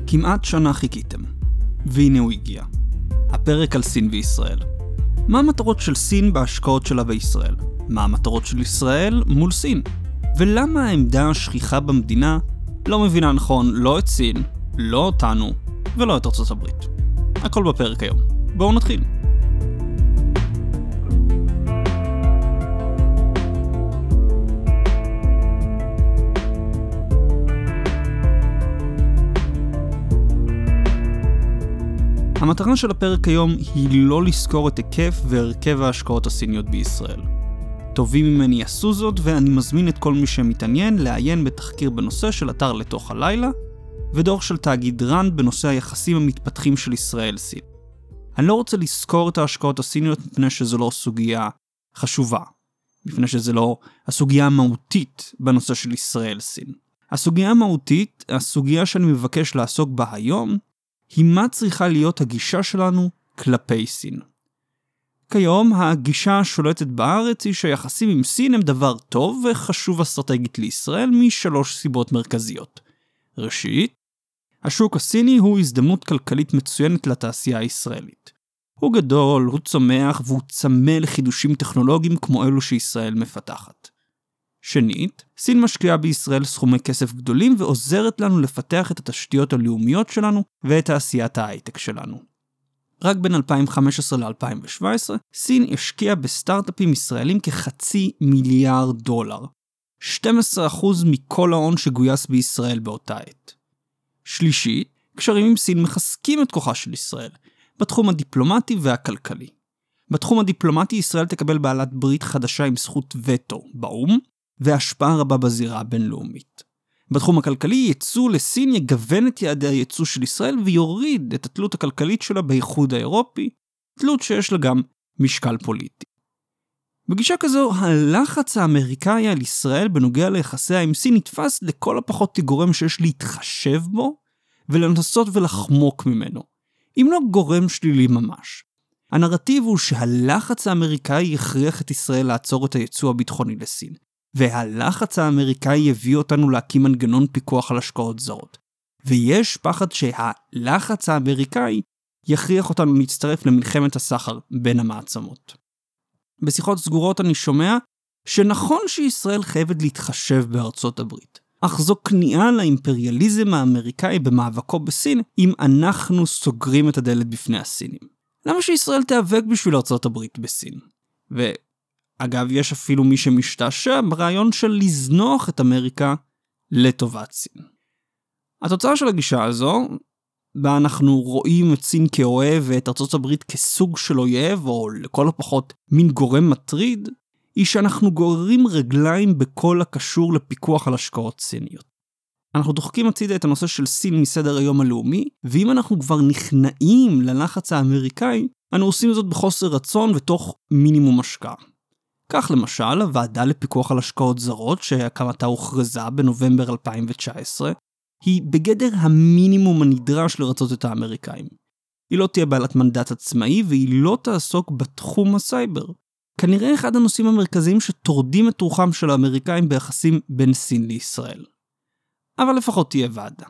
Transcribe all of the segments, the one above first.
כמעט שנה חיכיתם, והנה הוא הגיע. הפרק על סין וישראל. מה המטרות של סין בהשקעות שלה בישראל? מה המטרות של ישראל מול סין? ולמה העמדה השכיחה במדינה לא מבינה נכון לא את סין, לא אותנו ולא את ארצות הברית? הכל בפרק היום. בואו נתחיל. המטרה של הפרק היום היא לא לזכור את היקף והרכב ההשקעות הסיניות בישראל. טובים ממני יעשו זאת, ואני מזמין את כל מי שמתעניין לעיין בתחקיר בנושא של אתר לתוך הלילה, ודוח של תאגיד רנד בנושא היחסים המתפתחים של ישראל-סין. אני לא רוצה לזכור את ההשקעות הסיניות מפני שזו לא סוגיה חשובה, מפני שזו לא הסוגיה המהותית בנושא של ישראל-סין. הסוגיה המהותית, הסוגיה שאני מבקש לעסוק בה היום, היא מה צריכה להיות הגישה שלנו כלפי סין. כיום הגישה השולטת בארץ היא שהיחסים עם סין הם דבר טוב וחשוב אסטרטגית לישראל משלוש סיבות מרכזיות. ראשית, השוק הסיני הוא הזדמנות כלכלית מצוינת לתעשייה הישראלית. הוא גדול, הוא צומח והוא צמא לחידושים טכנולוגיים כמו אלו שישראל מפתחת. שנית, סין משקיעה בישראל סכומי כסף גדולים ועוזרת לנו לפתח את התשתיות הלאומיות שלנו ואת תעשיית ההייטק שלנו. רק בין 2015 ל-2017, סין השקיעה בסטארט-אפים ישראלים $500 מיליארד. 12% מכל ההון שגויס בישראל באותה עת. שלישית, קשרים עם סין מחזקים את כוחה של ישראל, בתחום הדיפלומטי והכלכלי. בתחום הדיפלומטי ישראל תקבל בעלת ברית חדשה עם זכות וטו באו"ם, והשפעה רבה בזירה הבינלאומית. בתחום הכלכלי, ייצוא לסין יגוון את יעדי הייצוא של ישראל ויוריד את התלות הכלכלית שלה באיחוד האירופי, תלות שיש לה גם משקל פוליטי. בגישה כזו, הלחץ האמריקאי על ישראל בנוגע ליחסיה עם סין נתפס לכל הפחות כגורם שיש להתחשב בו ולנסות ולחמוק ממנו, אם לא גורם שלילי ממש. הנרטיב הוא שהלחץ האמריקאי יכריח את ישראל לעצור את הייצוא הביטחוני לסין. והלחץ האמריקאי יביא אותנו להקים מנגנון פיקוח על השקעות זרות. ויש פחד שהלחץ האמריקאי יכריח אותנו להצטרף למלחמת הסחר בין המעצמות. בשיחות סגורות אני שומע שנכון שישראל חייבת להתחשב בארצות הברית, אך זו כניעה לאימפריאליזם האמריקאי במאבקו בסין אם אנחנו סוגרים את הדלת בפני הסינים. למה שישראל תיאבק בשביל ארצות הברית בסין? אגב, יש אפילו מי שמשתעשע ברעיון של לזנוח את אמריקה לטובת סין. התוצאה של הגישה הזו, בה אנחנו רואים את סין כאוהב ואת ארצות הברית כסוג של אויב, או לכל הפחות מין גורם מטריד, היא שאנחנו גוררים רגליים בכל הקשור לפיקוח על השקעות סיניות. אנחנו דוחקים הצידה את הנושא של סין מסדר היום הלאומי, ואם אנחנו כבר נכנעים ללחץ האמריקאי, אנו עושים זאת בחוסר רצון ותוך מינימום השקעה. כך למשל, הוועדה לפיקוח על השקעות זרות שהקמתה הוכרזה בנובמבר 2019, היא בגדר המינימום הנדרש לרצות את האמריקאים. היא לא תהיה בעלת מנדט עצמאי והיא לא תעסוק בתחום הסייבר. כנראה אחד הנושאים המרכזיים שתורדים את רוחם של האמריקאים ביחסים בין סין לישראל. אבל לפחות תהיה ועדה.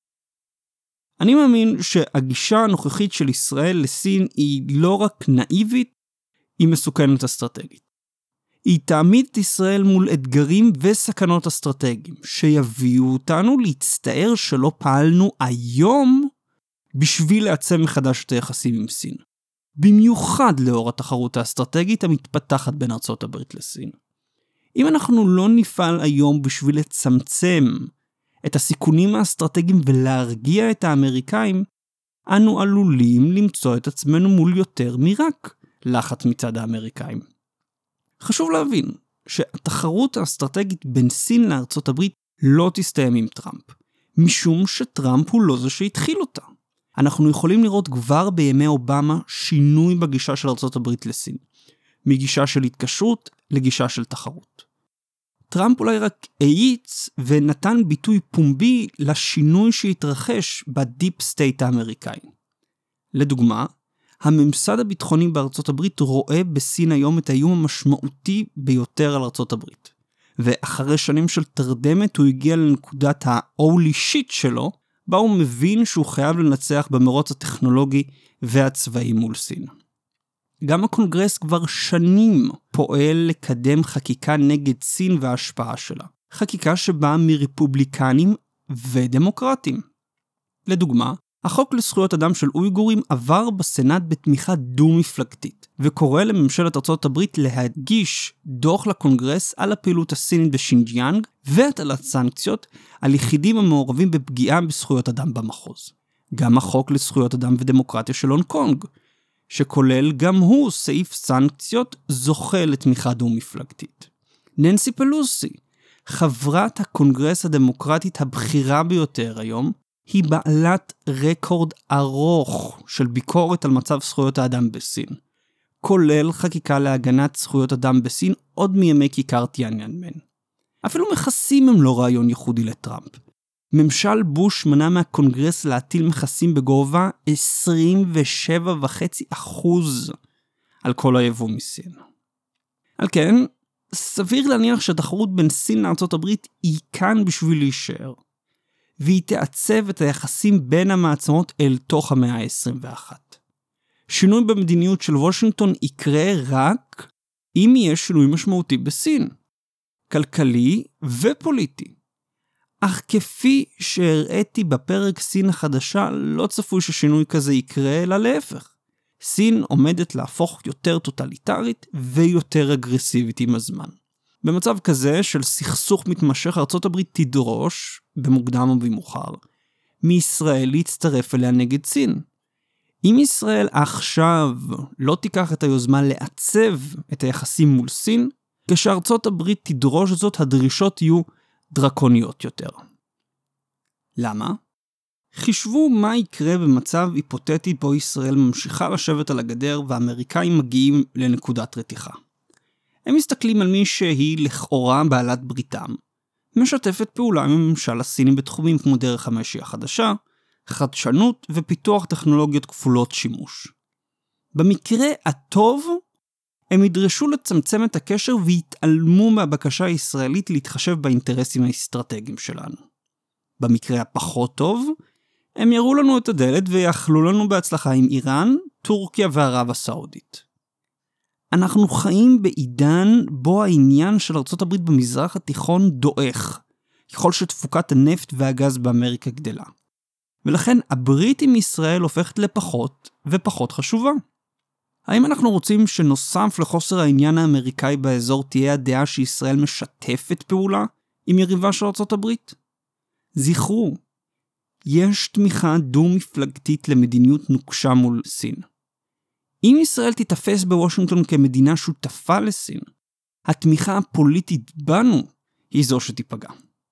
אני מאמין שהגישה הנוכחית של ישראל לסין היא לא רק נאיבית, היא מסוכנת אסטרטגית. היא תעמיד את ישראל מול אתגרים וסכנות אסטרטגיים, שיביאו אותנו להצטער שלא פעלנו היום בשביל לעצם מחדש את היחסים עם סין. במיוחד לאור התחרות האסטרטגית המתפתחת בין ארצות הברית לסין. אם אנחנו לא נפעל היום בשביל לצמצם את הסיכונים האסטרטגיים ולהרגיע את האמריקאים, אנו עלולים למצוא את עצמנו מול יותר מרק לחץ מצד האמריקאים. חשוב להבין שהתחרות האסטרטגית בין סין לארצות הברית לא תסתיים עם טראמפ, משום שטראמפ הוא לא זה שהתחיל אותה. אנחנו יכולים לראות כבר בימי אובמה שינוי בגישה של ארצות הברית לסין, מגישה של התקשרות לגישה של תחרות. טראמפ אולי רק האיץ ונתן ביטוי פומבי לשינוי שהתרחש בדיפ סטייט האמריקאי. לדוגמה, הממסד הביטחוני בארצות הברית רואה בסין היום את האיום המשמעותי ביותר על ארצות הברית. ואחרי שנים של תרדמת הוא הגיע לנקודת ה-holy shit שלו, בה הוא מבין שהוא חייב לנצח במרוץ הטכנולוגי והצבאי מול סין. גם הקונגרס כבר שנים פועל לקדם חקיקה נגד סין וההשפעה שלה. חקיקה שבאה מרפובליקנים ודמוקרטים. לדוגמה, החוק לזכויות אדם של אויגורים עבר בסנאט בתמיכה דו-מפלגתית, וקורא לממשלת ארצות הברית להגיש דוח לקונגרס על הפעילות הסינית בשינג'יאנג, והטלת סנקציות על יחידים המעורבים בפגיעה בזכויות אדם במחוז. גם החוק לזכויות אדם ודמוקרטיה של הונג קונג, שכולל גם הוא סעיף סנקציות, זוכה לתמיכה דו-מפלגתית. ננסי פלוסי, חברת הקונגרס הדמוקרטית הבכירה ביותר היום, היא בעלת רקורד ארוך של ביקורת על מצב זכויות האדם בסין, כולל חקיקה להגנת זכויות אדם בסין עוד מימי כיכר טיאנאנמן. אפילו מכסים הם לא רעיון ייחודי לטראמפ. ממשל בוש מנע מהקונגרס להטיל מכסים בגובה 27.5% על כל היבוא מסין. על כן, סביר להניח שהתחרות בין סין לארצות הברית היא כאן בשביל להישאר, והיא תעצב את היחסים בין המעצמות אל תוך המאה ה-21. שינוי במדיניות של וושינגטון יקרה רק אם יהיה שינוי משמעותי בסין, כלכלי ופוליטי. אך כפי שהראיתי בפרק סין החדשה, לא צפוי ששינוי כזה יקרה, אלא להפך. סין עומדת להפוך יותר טוטליטרית ויותר אגרסיבית עם הזמן. במצב כזה של סכסוך מתמשך, ארצות הברית תדרוש, במוקדם או במאוחר, מישראל להצטרף אליה נגד סין. אם ישראל עכשיו לא תיקח את היוזמה לעצב את היחסים מול סין, כשארצות הברית תדרוש זאת, הדרישות יהיו דרקוניות יותר. למה? חישבו מה יקרה במצב היפותטי בו ישראל ממשיכה לשבת על הגדר והאמריקאים מגיעים לנקודת רתיחה. הם מסתכלים על מי שהיא לכאורה בעלת בריתם, משתפת פעולה עם הממשל הסיני בתחומים כמו דרך המשי החדשה, חדשנות ופיתוח טכנולוגיות כפולות שימוש. במקרה הטוב, הם ידרשו לצמצם את הקשר והתעלמו מהבקשה הישראלית להתחשב באינטרסים האסטרטגיים שלנו. במקרה הפחות טוב, הם יראו לנו את הדלת ויאכלו לנו בהצלחה עם איראן, טורקיה וערב הסעודית. אנחנו חיים בעידן בו העניין של ארצות הברית במזרח התיכון דועך, ככל שתפוקת הנפט והגז באמריקה גדלה. ולכן הברית עם ישראל הופכת לפחות ופחות חשובה. האם אנחנו רוצים שנוסף לחוסר העניין האמריקאי באזור תהיה הדעה שישראל משתפת פעולה עם יריבה של ארצות הברית? זכרו, יש תמיכה דו-מפלגתית למדיניות נוקשה מול סין. אם ישראל תתפס בוושינגטון כמדינה שותפה לסין, התמיכה הפוליטית בנו היא זו שתיפגע.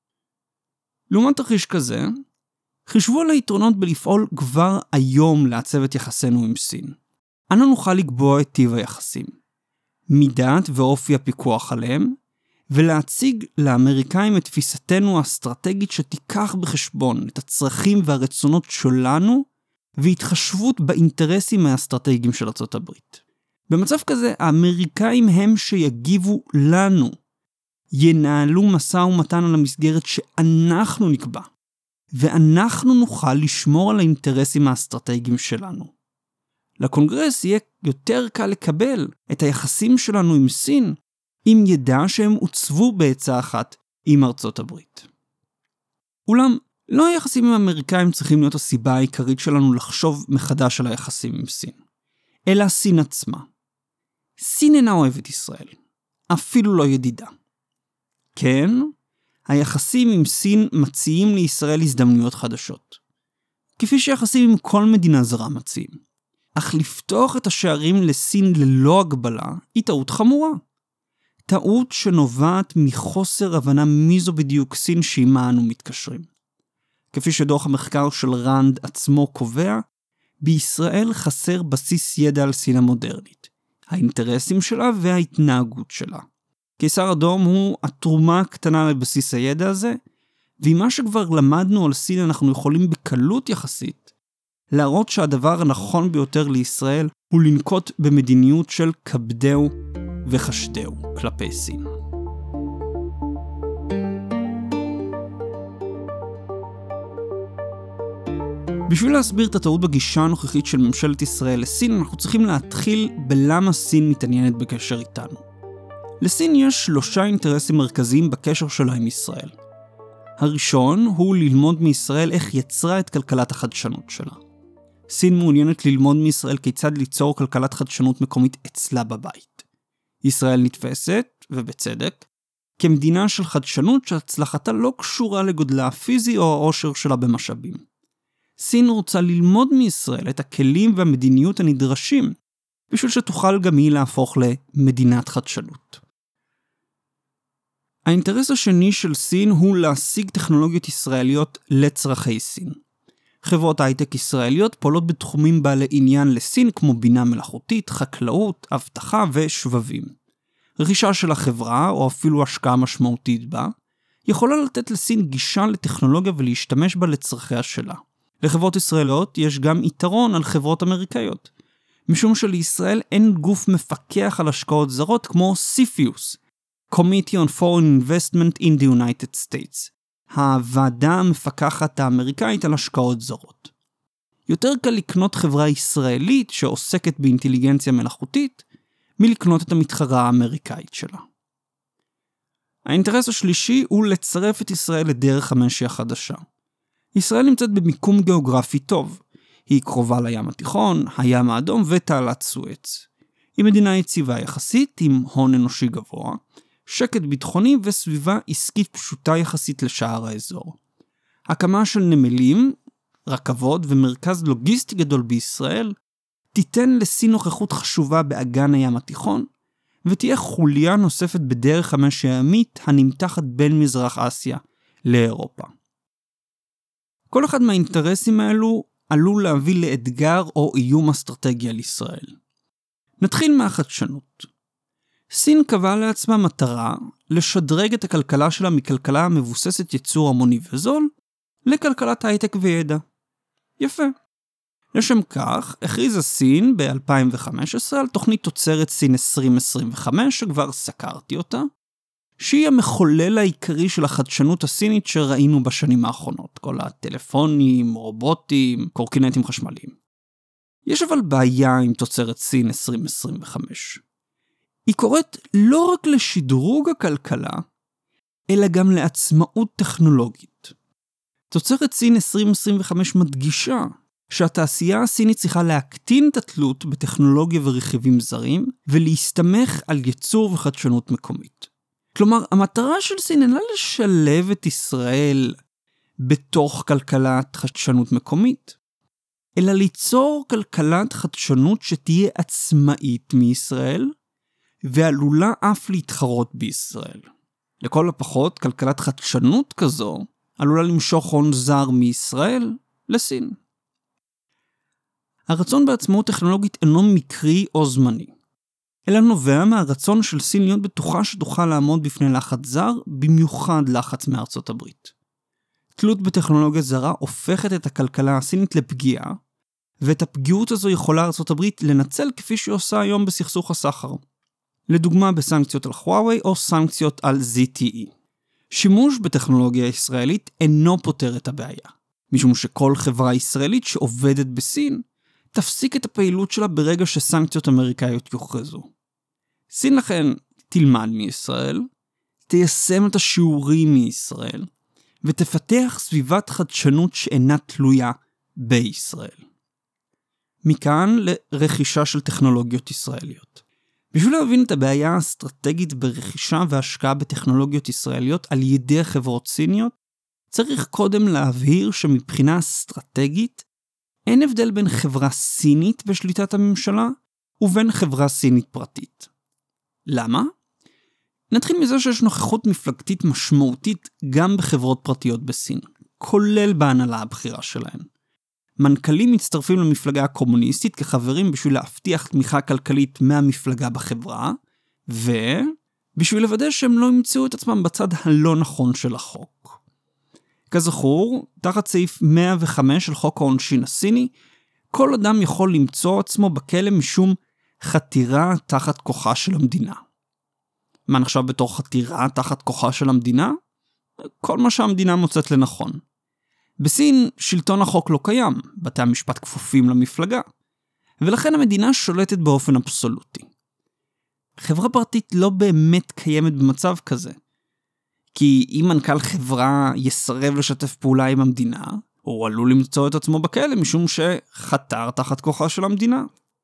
לעומת תרחיש כזה, חישבו על היתרונות בלפעול כבר היום לעצב את יחסינו עם סין. אנו נוכל לקבוע את טיב היחסים, מידת ואופי הפיקוח עליהם, ולהציג לאמריקאים את תפיסתנו האסטרטגית שתיקח בחשבון את הצרכים והרצונות שלנו, והתחשבות באינטרסים האסטרטגיים של ארצות הברית. במצב כזה, האמריקאים הם שיגיבו לנו, ינהלו משא ומתן על המסגרת שאנחנו נקבע, ואנחנו נוכל לשמור על האינטרסים האסטרטגיים שלנו. לקונגרס יהיה יותר קל לקבל את היחסים שלנו עם סין, אם ידע שהם עוצבו בעצה אחת עם ארצות הברית. אולם, לא היחסים עם האמריקאים צריכים להיות הסיבה העיקרית שלנו לחשוב מחדש על היחסים עם סין, אלא סין עצמה. סין אינה אוהבת ישראל, אפילו לא ידידה. כן, היחסים עם סין מציעים לישראל הזדמנויות חדשות, כפי שיחסים עם כל מדינה זרה מציעים. אך לפתוח את השערים לסין ללא הגבלה היא טעות חמורה. טעות שנובעת מחוסר הבנה מי זו בדיוק סין שעימה אנו מתקשרים. כפי שדוח המחקר של רנד עצמו קובע, בישראל חסר בסיס ידע על סין המודרנית, האינטרסים שלה וההתנהגות שלה. קיסר אדום הוא התרומה הקטנה לבסיס הידע הזה, ועם מה שכבר למדנו על סין אנחנו יכולים בקלות יחסית להראות שהדבר הנכון ביותר לישראל הוא לנקוט במדיניות של כבדהו וחשדהו כלפי סין. בשביל להסביר את הטעות בגישה הנוכחית של ממשלת ישראל לסין, אנחנו צריכים להתחיל בלמה סין מתעניינת בקשר איתנו. לסין יש 3 אינטרסים מרכזיים בקשר שלה עם ישראל. הראשון הוא ללמוד מישראל איך יצרה את כלכלת החדשנות שלה. סין מעוניינת ללמוד מישראל כיצד ליצור כלכלת חדשנות מקומית אצלה בבית. ישראל נתפסת, ובצדק, כמדינה של חדשנות שהצלחתה לא קשורה לגודלה הפיזי או העושר שלה במשאבים. סין רוצה ללמוד מישראל את הכלים והמדיניות הנדרשים, בשביל שתוכל גם היא להפוך למדינת חדשנות. האינטרס השני של סין הוא להשיג טכנולוגיות ישראליות לצרכי סין. חברות הייטק ישראליות פועלות בתחומים בעלי עניין לסין כמו בינה מלאכותית, חקלאות, אבטחה ושבבים. רכישה של החברה, או אפילו השקעה משמעותית בה, יכולה לתת לסין גישה לטכנולוגיה ולהשתמש בה לצרכיה שלה. לחברות ישראליות יש גם יתרון על חברות אמריקאיות, משום שלישראל אין גוף מפקח על השקעות זרות כמו CFIUS, Committee on Foreign Investment in the United States, הוועדה המפקחת האמריקאית על השקעות זרות. יותר קל לקנות חברה ישראלית שעוסקת באינטליגנציה מלאכותית, מלקנות את המתחרה האמריקאית שלה. האינטרס השלישי הוא לצרף את ישראל לדרך המשי החדשה. ישראל נמצאת במיקום גיאוגרפי טוב. היא קרובה לים התיכון, הים האדום ותעלת סואץ. היא מדינה יציבה יחסית עם הון אנושי גבוה, שקט ביטחוני וסביבה עסקית פשוטה יחסית לשאר האזור. הקמה של נמלים, רכבות ומרכז לוגיסטי גדול בישראל תיתן לסין נוכחות חשובה באגן הים התיכון, ותהיה חוליה נוספת בדרך המשי הימית הנמתחת בין מזרח אסיה לאירופה. כל אחד מהאינטרסים האלו עלול להביא לאתגר או איום אסטרטגי על ישראל. נתחיל מהחדשנות. סין קבעה לעצמה מטרה לשדרג את הכלכלה שלה מכלכלה המבוססת ייצור המוני וזול לכלכלת הייטק וידע. יפה. לשם כך, הכריזה סין ב-2015 על תוכנית תוצרת סין 2025, שכבר סקרתי אותה, שהיא המחולל העיקרי של החדשנות הסינית שראינו בשנים האחרונות, כל הטלפונים, רובוטים, קורקינטים חשמליים. יש אבל בעיה עם תוצרת סין 2025. היא קוראת לא רק לשדרוג הכלכלה, אלא גם לעצמאות טכנולוגית. תוצרת סין 2025 מדגישה שהתעשייה הסינית צריכה להקטין את התלות בטכנולוגיה ורכיבים זרים, ולהסתמך על ייצור וחדשנות מקומית. כלומר, המטרה של סין אינה לשלב את ישראל בתוך כלכלת חדשנות מקומית, אלא ליצור כלכלת חדשנות שתהיה עצמאית מישראל, ועלולה אף להתחרות בישראל. לכל הפחות, כלכלת חדשנות כזו עלולה למשוך הון זר מישראל לסין. הרצון בעצמאות טכנולוגית אינו מקרי או זמני, אלא נובע מהרצון של סין להיות בטוחה שתוכל לעמוד בפני לחץ זר, במיוחד לחץ מארצות הברית. תלות בטכנולוגיה זרה הופכת את הכלכלה הסינית לפגיעה, ואת הפגיעות הזו יכולה ארצות הברית לנצל כפי שהיא עושה היום בסכסוך הסחר. לדוגמה בסנקציות על חוואווי או סנקציות על ZTE. שימוש בטכנולוגיה ישראלית אינו פותר את הבעיה, משום שכל חברה ישראלית שעובדת בסין תפסיק את הפעילות שלה ברגע שסנקציות אמריקאיות יוכרזו. סין לכן תלמד מישראל, תיישם את השיעורים מישראל, ותפתח סביבת חדשנות שאינה תלויה בישראל. מכאן לרכישה של טכנולוגיות ישראליות. בשביל להבין את הבעיה האסטרטגית ברכישה והשקעה בטכנולוגיות ישראליות על ידי חברות סיניות, צריך קודם להבהיר שמבחינה אסטרטגית אין הבדל בין חברה סינית בשליטת הממשלה ובין חברה סינית פרטית. למה? נתחיל מזה שיש נוכחות מפלגתית משמעותית גם בחברות פרטיות בסין, כולל בהנהלה הבחירה שלהן. מנכ"לים מצטרפים למפלגה הקומוניסטית כחברים בשביל להבטיח תמיכה כלכלית מהמפלגה בחברה, ובשביל לוודא שהם לא ימצאו את עצמם בצד הלא נכון של החוק. כזכור, תחת סעיף 105 של חוק העונשין הסיני, כל אדם יכול למצוא עצמו בכלא משום חתירה תחת כוחה של המדינה. מה נחשב בתור חתירה תחת כוחה של המדינה? כל מה שהמדינה מוצאת לנכון. בסין שלטון החוק לא קיים, בתי המשפט כפופים למפלגה, ולכן המדינה שולטת באופן אבסולוטי. חברה פרטית לא באמת קיימת במצב כזה, כי אם מנכ"ל חברה יסרב לשתף פעולה עם המדינה, הוא עלול למצוא את עצמו בכלא משום שחתר תחת כוחה של המדינה.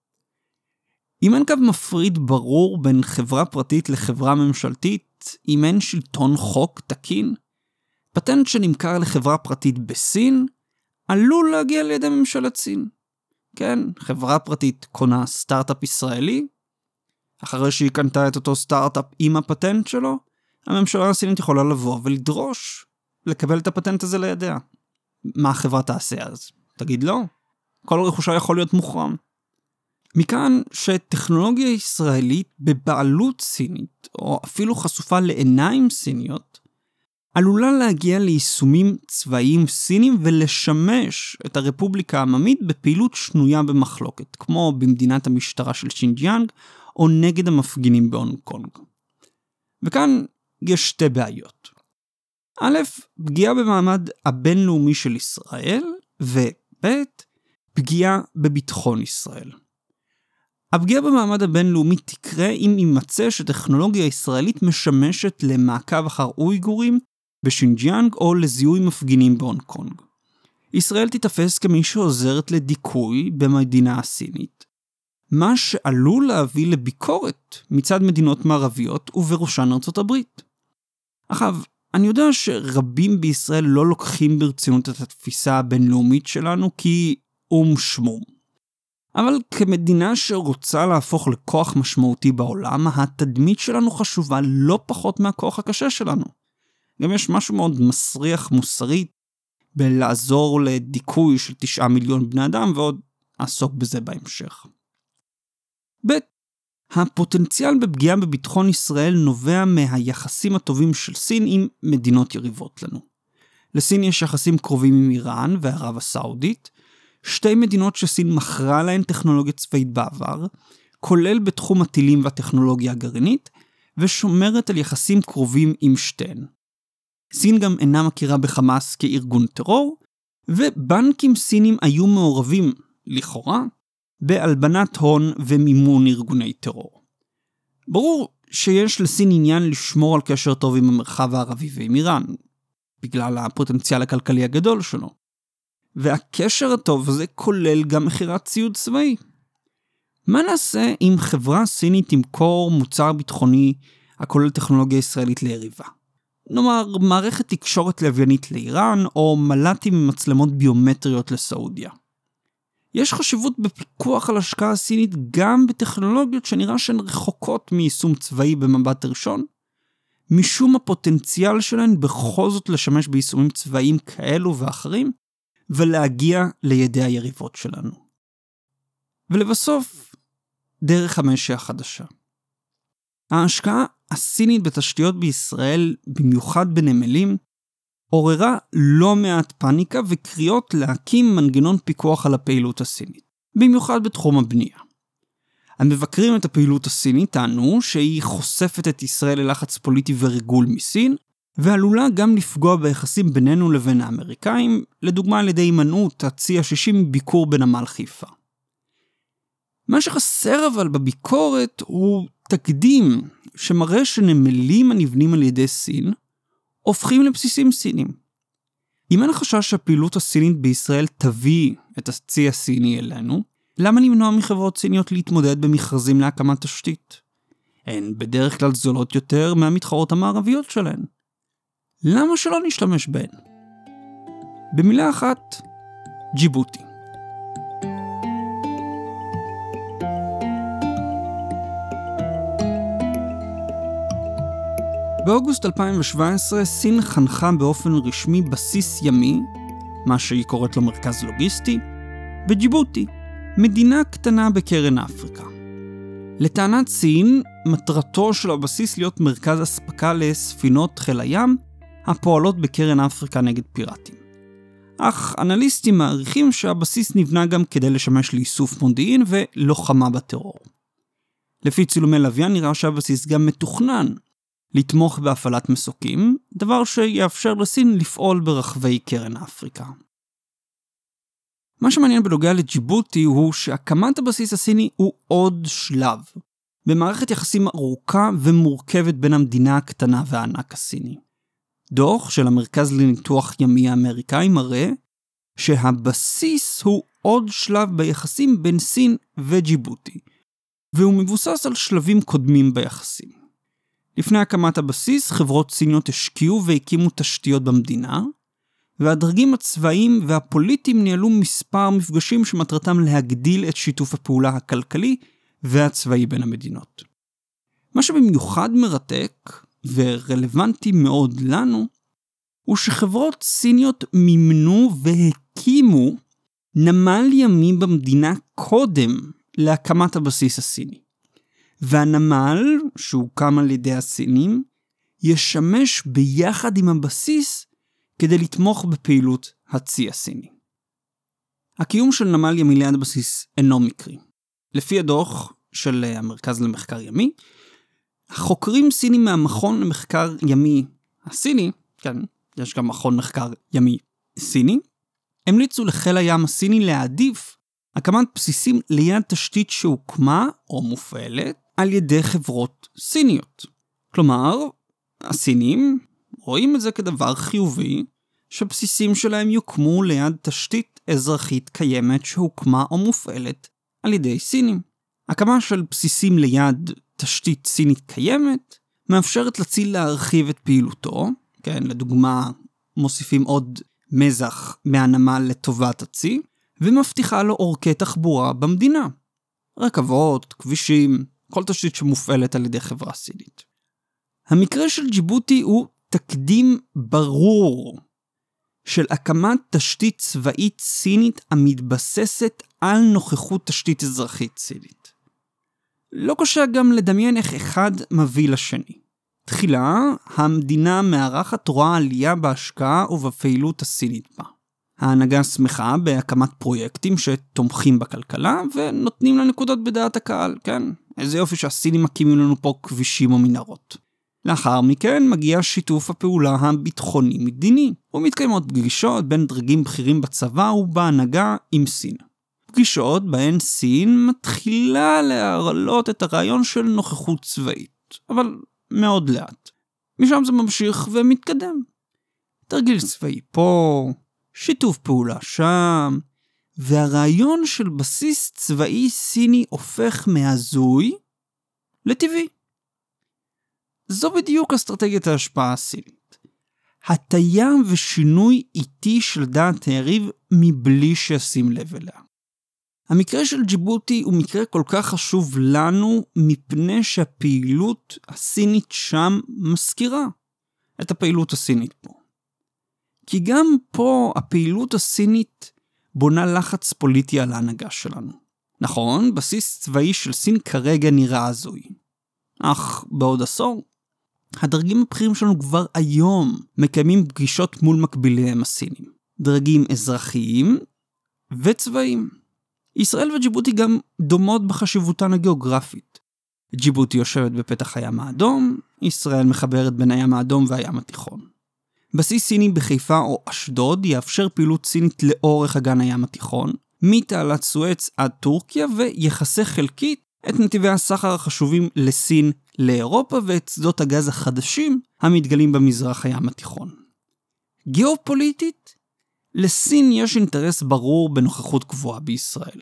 אם אין קו מפריד ברור בין חברה פרטית לחברה ממשלתית, אם אין שלטון חוק תקין, פטנט שנמכר לחברה פרטית בסין, עלול להגיע לידי ממשלת סין. כן, חברה פרטית קונה סטארט-אפ ישראלי, אחרי שהיא קנתה את אותו סטארט-אפ עם הפטנט שלו, הממשלה הסינית יכולה לבוא ולדרוש לקבל את הפטנט הזה לידיה. מה החברה תעשה אז? תגיד לא. כל רכושה יכול להיות מוחרם. מכאן שטכנולוגיה ישראלית בבעלות סינית, או אפילו חשופה לעיניים סיניות, עלולה להגיע ליישומים צבאיים סינים ולשמש את הרפובליקה העממית בפעילות שנויה במחלוקת, כמו במדינת המשטרה של שינג'יאנג, או נגד המפגינים בהונג קונג. וכאן יש שתי בעיות. א', פגיעה במעמד הבינלאומי של ישראל, וב', פגיעה בביטחון ישראל. הפגיעה במעמד הבינלאומי תקרה אם יימצא שטכנולוגיה ישראלית משמשת למעקב אחר אויגורים בשינג'יאנג או לזיהוי מפגינים בהונג קונג. ישראל תתפס כמי שעוזרת לדיכוי במדינה הסינית, מה שעלול להביא לביקורת מצד מדינות מערביות ובראשן ארצות הברית. עכשיו, אני יודע שרבים בישראל לא לוקחים ברצינות את התפיסה הבינלאומית שלנו כי שמום. אבל כמדינה שרוצה להפוך לכוח משמעותי בעולם, התדמית שלנו חשובה לא פחות מהכוח הקשה שלנו. גם יש משהו מאוד מסריח מוסרי בלעזור לדיכוי של 9 מיליון בני אדם, ועוד אעסוק בזה בהמשך. ב', הפוטנציאל בפגיעה בביטחון ישראל נובע מהיחסים הטובים של סין עם מדינות יריבות לנו. לסין יש יחסים קרובים עם איראן וערב הסעודית, שתי מדינות שסין מכרה להן טכנולוגיה צבאית בעבר, כולל בתחום הטילים והטכנולוגיה הגרעינית, ושומרת על יחסים קרובים עם שתיהן. סין גם אינה מכירה בחמאס כארגון טרור, ובנקים סינים היו מעורבים, לכאורה, בהלבנת הון ומימון ארגוני טרור. ברור שיש לסין עניין לשמור על קשר טוב עם המרחב הערבי ועם איראן, בגלל הפוטנציאל הכלכלי הגדול שלו. והקשר הטוב הזה כולל גם מחירת ציוד צבאי. מה נעשה אם חברה סינית תמכור מוצר ביטחוני הכולל טכנולוגיה ישראלית ליריבה? נאמר, מערכת תקשורת לוויינית לאיראן, או מל"טים עם מצלמות ביומטריות לסעודיה. יש חשיבות בפיקוח על השקעה הסינית גם בטכנולוגיות שנראה שהן רחוקות מיישום צבאי במבט ראשון, משום הפוטנציאל שלהן בכל זאת לשמש ביישומים צבאיים כאלו ואחרים, ולהגיע לידי היריבות שלנו. ולבסוף, דרך המשי החדשה. ההשקעה הסינית בתשתיות בישראל, במיוחד בנמלים, עוררה לא מעט פאניקה וקריאות להקים מנגנון פיקוח על הפעילות הסינית, במיוחד בתחום הבנייה. המבקרים את הפעילות הסינית טענו שהיא חושפת את ישראל ללחץ פוליטי וריגול מסין, ועלולה גם לפגוע ביחסים בינינו לבין האמריקאים, לדוגמה על ידי הימנעות הצי ה-60 מביקור בנמל חיפה. מה שחסר אבל בביקורת הוא תקדים שמראה שנמלים הנבנים על ידי סין הופכים לבסיסים סינים. אם אין חשש שהפעילות הסינית בישראל תביא את הצי הסיני אלינו, למה למנוע מחברות סיניות להתמודד במכרזים להקמת תשתית? הן בדרך כלל זולות יותר מהמתחרות המערביות שלהן. למה שלא נשתמש בהן? במילה אחת, ג'יבוטי. באוגוסט 2017 סין חנכה באופן רשמי בסיס ימי, מה שהיא קוראת לו מרכז לוגיסטי, בג'יבוטי, מדינה קטנה בקרן אפריקה. לטענת סין, מטרתו של הבסיס להיות מרכז הספקה לספינות חיל הים, הפועלות בקרן אפריקה נגד פיראטים. אך אנליסטים מעריכים שהבסיס נבנה גם כדי לשמש לאיסוף מודיעין ולוחמה בטרור. לפי צילומי לוויין נראה שהבסיס גם מתוכנן לתמוך בהפעלת מסוקים, דבר שיאפשר לסין לפעול ברחבי קרן אפריקה. מה שמעניין בנוגע לג'יבוטי הוא שהקמת הבסיס הסיני הוא עוד שלב במערכת יחסים ארוכה ומורכבת בין המדינה הקטנה והענק הסיני. דוח של המרכז לניתוח ימי האמריקאי מראה שהבסיס הוא עוד שלב ביחסים בין סין וג'יבוטי, והוא מבוסס על שלבים קודמים ביחסים. לפני הקמת הבסיס, חברות סיניות השקיעו והקימו תשתיות במדינה, והדרגים הצבאיים והפוליטיים ניהלו מספר מפגשים שמטרתם להגדיל את שיתוף הפעולה הכלכלי והצבאי בין המדינות. מה שבמיוחד מרתק ורלוונטי מאוד לנו, הוא שחברות סיניות מימנו והקימו נמל ימי במדינה קודם להקמת הבסיס הסיני. והנמל, שהוקם על ידי הסינים, ישמש ביחד עם הבסיס כדי לתמוך בפעילות הצי הסיני. הקיום של נמל ימי ליד הבסיס אינו מקרי. לפי הדוח של המרכז למחקר ימי, החוקרים סינים מהמכון למחקר ימי הסיני, כן, יש גם מכון מחקר ימי סיני, המליצו לחיל הים הסיני להעדיף הקמת בסיסים ליד תשתית שהוקמה או מופעלת על ידי חברות סיניות. כלומר, הסינים רואים את זה כדבר חיובי, שבסיסים שלהם יוקמו ליד תשתית אזרחית קיימת שהוקמה או מופעלת על ידי סינים. הקמה של בסיסים ליד תשתית סינית קיימת מאפשרת לצי להרחיב את פעילותו, כן, לדוגמה מוסיפים עוד מזח מהנמל לטובת הצי, ומבטיחה לו אורכי תחבורה במדינה. רכבות, כבישים, כל תשתית שמופעלת על ידי חברה סינית. המקרה של ג'יבוטי הוא תקדים ברור של הקמת תשתית צבאית סינית המתבססת על נוכחות תשתית אזרחית סינית. לא קשה גם לדמיין איך אחד מביא לשני. תחילה, המדינה מארחת רואה עלייה בהשקעה ובפעילות הסינית בה. ההנהגה שמחה בהקמת פרויקטים שתומכים בכלכלה ונותנים לה נקודות בדעת הקהל, כן? איזה יופי שהסינים מקימים לנו פה כבישים או מנהרות. לאחר מכן מגיע שיתוף הפעולה הביטחוני-מדיני, ומתקיימות פגישות בין דרגים בכירים בצבא ובהנהגה עם סין. פגישות בהן סין מתחילה להעלות את הרעיון של נוכחות צבאית, אבל מאוד לאט. משם זה ממשיך ומתקדם. תרגיל צבאי פה, שיתוף פעולה שם, והרעיון של בסיס צבאי סיני הופך מהזוי לטבעי. זו בדיוק אסטרטגיית ההשפעה הסינית. הטיה ושינוי איטי של דעת היריב מבלי שישים לב אליה. המקרה של ג'יבוטי הוא מקרה כל כך חשוב לנו מפני שהפעילות הסינית שם מזכירה את הפעילות הסינית פה. כי גם פה הפעילות הסינית בונה לחץ פוליטי על ההנהגה שלנו. נכון, בסיס צבאי של סין כרגע נראה הזוי. אך בעוד עשור, הדרגים הבכירים שלנו כבר היום מקיימים פגישות מול מקביליהם הסינים. דרגים אזרחיים וצבאיים. ישראל וג'יבוטי גם דומות בחשיבותן הגיאוגרפית. ג'יבוטי יושבת בפתח הים האדום, ישראל מחברת בין הים האדום והים התיכון. בסיס סיני בחיפה או אשדוד יאפשר פעילות סינית לאורך אגן הים התיכון, מתעלת סואץ עד טורקיה, ויחסה חלקית את נתיבי הסחר החשובים לסין, לאירופה ואת שדות הגז החדשים המתגלים במזרח הים התיכון. גיאופוליטית, לסין יש אינטרס ברור בנוכחות גבוהה בישראל.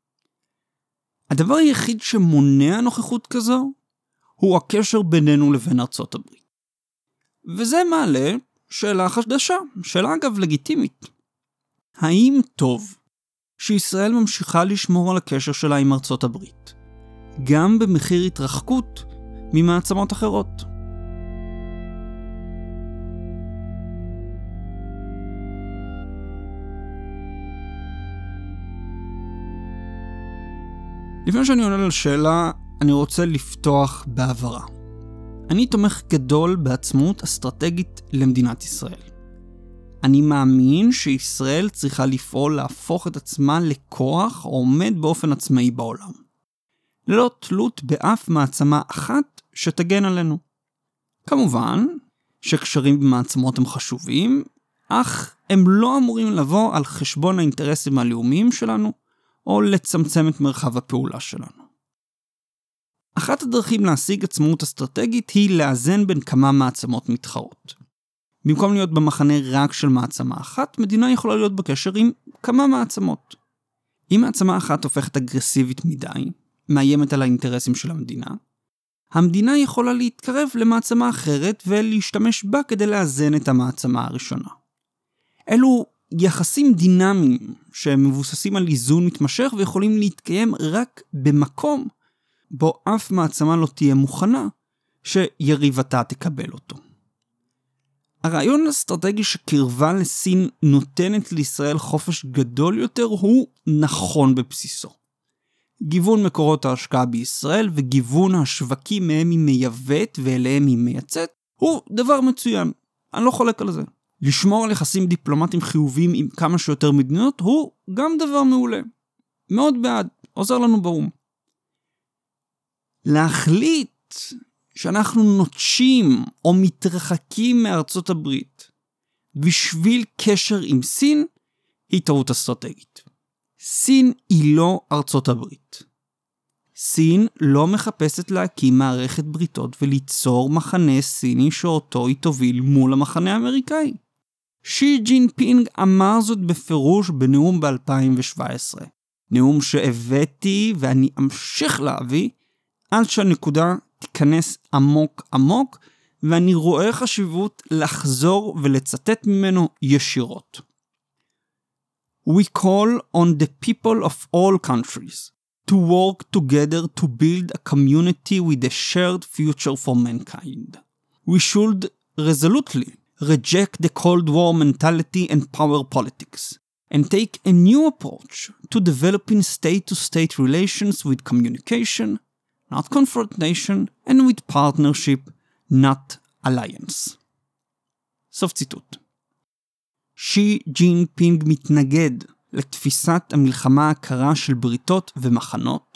הדבר היחיד שמונע נוכחות כזו הוא הקשר בינינו לבין ארצות הברית. וזה מעלה שאלה חדשה, שאלה אגב לגיטימית. האם טוב שישראל ממשיכה לשמור על הקשר שלה עם ארצות הברית, גם במחיר התרחקות ממעצמות אחרות? לפני שאני עונה לשאלה, אני רוצה לפתוח בעברה. אני תומך גדול בעצמאות אסטרטגית למדינת ישראל. אני מאמין שישראל צריכה לפעול להפוך את עצמה לכוח עומד באופן עצמאי בעולם. ללא תלות באף מעצמה אחת שתגן עלינו. כמובן שקשרים במעצמות הם חשובים, אך הם לא אמורים לבוא על חשבון האינטרסים הלאומיים שלנו, או לצמצם את מרחב הפעולה שלנו. אחת הדרכים להשיג עצמאות אסטרטגית היא לאזן בין כמה מעצמות מתחרות. במקום להיות במחנה רק של מעצמה אחת, מדינה יכולה להיות בקשר עם כמה מעצמות. אם מעצמה אחת הופכת אגרסיבית מדי, מאיימת על האינטרסים של המדינה יכולה להתקרב למעצמה אחרת ולהשתמש בה כדי לאזן את המעצמה הראשונה. אלו יחסים דינמיים שמבוססים על איזון מתמשך ויכולים להתקיים רק במקום בו אף מעצמה לא תהיה מוכנה שיריבתה תקבל אותו. הרעיון האסטרטגי שקרבה לסין נותנת לישראל חופש גדול יותר הוא נכון בבסיסו. גיוון מקורות ההשקעה בישראל וגיוון השווקים מהם היא מייבאת ואליהם היא מייצאת הוא דבר מצוין, אני לא חולק על זה. לשמור על יחסים דיפלומטיים חיוביים עם כמה שיותר מדינות הוא גם דבר מעולה. מאוד בעד, עוזר לנו באום. להחליט שאנחנו נוטשים או מתרחקים מארצות הברית בשביל קשר עם סין היא טעות אסטרטגית. סין היא לא ארצות הברית. סין לא מחפשת להקים מערכת בריתות וליצור מחנה סיני שאותו היא תוביל מול המחנה האמריקאי. שי ג'ינפינג אמר זאת בפירוש בנאום ב-2017. נאום שהבאתי ואני אמשיך להביא עד שהנקודה תיכנס עמוק עמוק ואני רואה חשיבות לחזור ולצטט ממנו ישירות. We call on the people of all countries to work together to build a community with a shared future for mankind. We should resolutely reject the Cold War mentality and power politics and take a new approach to developing state-to-state relations with communication, not confrontation, and with partnership, not alliance. סוף ציטוט. שי ג'ינפינג מתנגד לתפיסת המלחמה הקרה של בריתות ומחנות,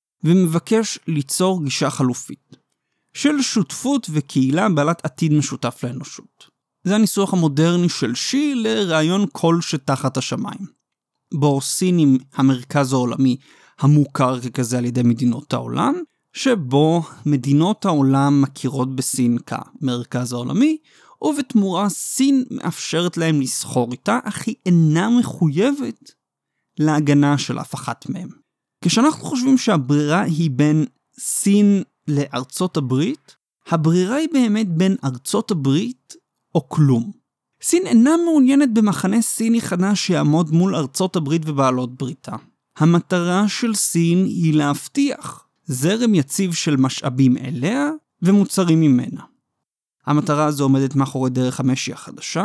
ומבקש ליצור גישה חלופית, של שותפות וקהילה בעלת עתיד משותף לאנושות. זה הניסוח המודרני של שי לרעיון כל שתחת השמיים. בו סין עם המרכז העולמי המוכר ככזה על ידי מדינות העולם, שבו מדינות העולם מכירות בסין כמרכז העולמי, ובתמורה סין מאפשרת להם לסחור איתה, אך היא אינה מחויבת להגנה של אף אחת מהם. כשאנחנו חושבים שהברירה היא בין סין לארצות הברית, הברירה היא באמת בין ארצות הברית או כלום. סין אינה מעוניינת במחנה סיני חדש שיעמוד מול ארצות הברית ובעלות בריתה. המטרה של סין היא להבטיח זרם יציב של משאבים אליה ומוצרים ממנה. המטרה הזו עומדת מאחורי דרך המשי החדשה,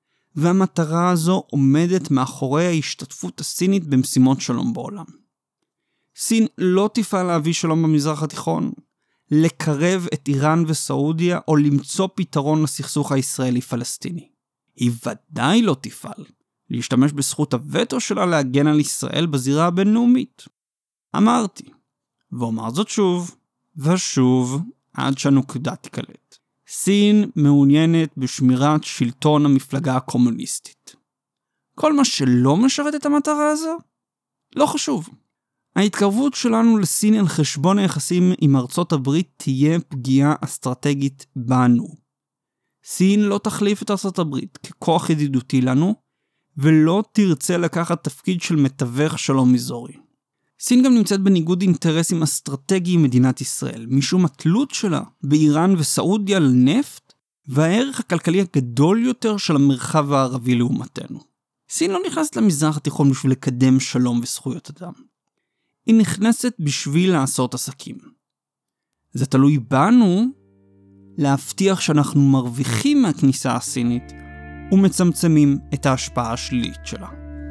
והמטרה הזו עומדת מאחורי ההשתתפות הסינית במשימות שלום בעולם. סין לא תפעל להביא שלום במזרח התיכון, לקרב את איראן וסעודיה או למצוא פתרון לסכסוך הישראלי-פלסטיני. היא ודאי לא תפעל להשתמש בזכות הווטו שלה להגן על ישראל בזירה הבינלאומית. אמרתי, ואומר זאת שוב ושוב עד שהנקודה תיקלט. סין מעוניינת בשמירת שלטון המפלגה הקומוניסטית. כל מה שלא משרת את המטרה הזו, לא חשוב. ההתקרבות שלנו לסין על חשבון היחסים עם ארצות הברית תהיה פגיעה אסטרטגית בנו. סין לא תחליף את ארצות הברית ככוח ידידותי לנו, ולא תרצה לקחת תפקיד של מתווך שלום אזורי. סין גם נמצאת בניגוד אינטרסים אסטרטגי עם מדינת ישראל, משום התלות שלה באיראן וסעודיה לנפט, והערך הכלכלי הגדול יותר של המרחב הערבי לעומתנו. סין לא נכנסת למזרח התיכון בשביל לקדם שלום וזכויות אדם. היא נכנסת בשביל לעשות עסקים. זה תלוי בנו להבטיח שאנחנו מרוויחים מהכניסה הסינית ומצמצמים את ההשפעה השלילית שלה.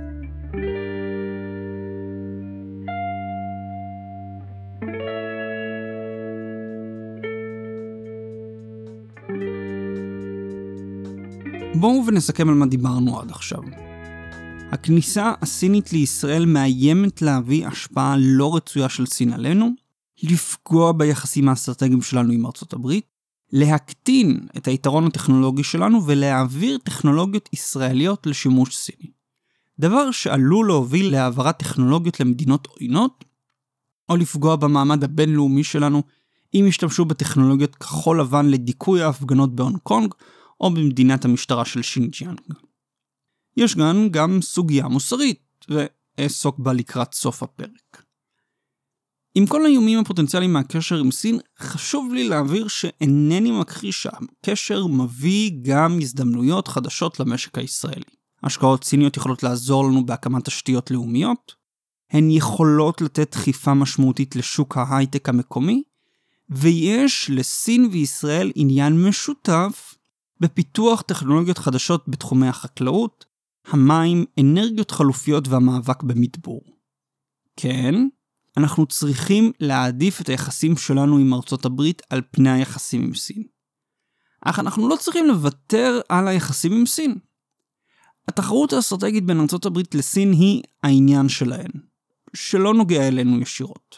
בואו ונסכם על מה דיברנו עד עכשיו. הכניסה הסינית לישראל מאיימת להביא השפעה לא רצויה של סין עלינו, לפגוע ביחסים האסטרטגיים שלנו עם ארצות הברית, להקטין את היתרון הטכנולוגי שלנו ולהעביר טכנולוגיות ישראליות לשימוש סיני. דבר שעלול להוביל להעברת טכנולוגיות למדינות עוינות, או לפגוע במעמד הבינלאומי שלנו, אם ישתמשו בטכנולוגיות כחול לבן לדיכוי ההפגנות בהונג קונג, או במדינת המשטרה של שינג'יאנג. יש גם סוגיה מוסרית, ואעסוק בה לקראת סוף הפרק. עם כל האיומים הפוטנציאליים מהקשר עם סין, חשוב לי להבהיר שאינני מכחיש שהקשר מביא גם הזדמנויות חדשות למשק הישראלי. השקעות סיניות יכולות לעזור לנו בהקמת תשתיות לאומיות, הן יכולות לתת דחיפה משמעותית לשוק ההייטק המקומי, ויש לסין וישראל עניין משותף בפיתוח טכנולוגיות חדשות בתחומי החקלאות, המים, אנרגיות חלופיות והמאבק במדבור. כן, אנחנו צריכים להעדיף את היחסים שלנו עם ארצות הברית על פני היחסים עם סין. אך אנחנו לא צריכים לוותר על היחסים עם סין. התחרות האסטרטגית בין ארצות הברית לסין היא העניין שלהן, שלא נוגע אלינו ישירות.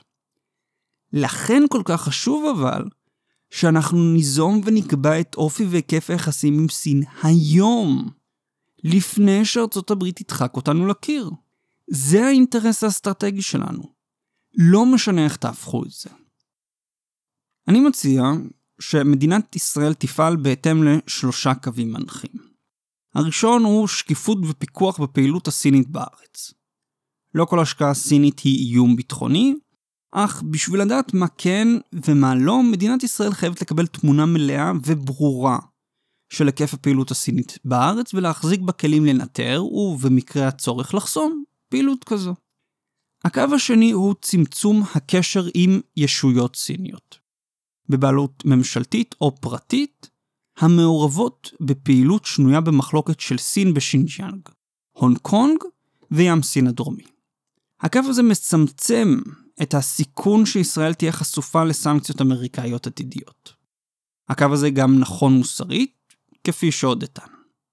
לכן כל כך חשוב אבל, שאנחנו ניזום ונקבע את אופי והיקף היחסים עם סין היום, לפני שארצות הברית תדחק אותנו לקיר. זה האינטרס האסטרטגי שלנו. לא משנה איך תהפכו את זה. אני מציע שמדינת ישראל תפעל בהתאם ל3 קווים מנחים. הראשון הוא שקיפות ופיקוח בפעילות הסינית בארץ. לא כל השקעה סינית היא איום ביטחוני, אך בשביל לדעת מה כן ומה לא, מדינת ישראל חייבת לקבל תמונה מלאה וברורה של היקף הפעילות הסינית בארץ, ולהחזיק בכלים לנטר, ובמקרה הצורך לחסום פעילות כזו. הקו השני הוא צמצום הקשר עם ישויות סיניות, בבעלות ממשלתית או פרטית, המעורבות בפעילות שנויה במחלוקת של סין בשינג'יאנג, הונג קונג וים סין הדרומי. הקו הזה מצמצם את הסיכון שישראל תהיה חשופה לסנקציות אמריקאיות עתידיות. הקו הזה גם נכון מוסרית, כפי שהודתן.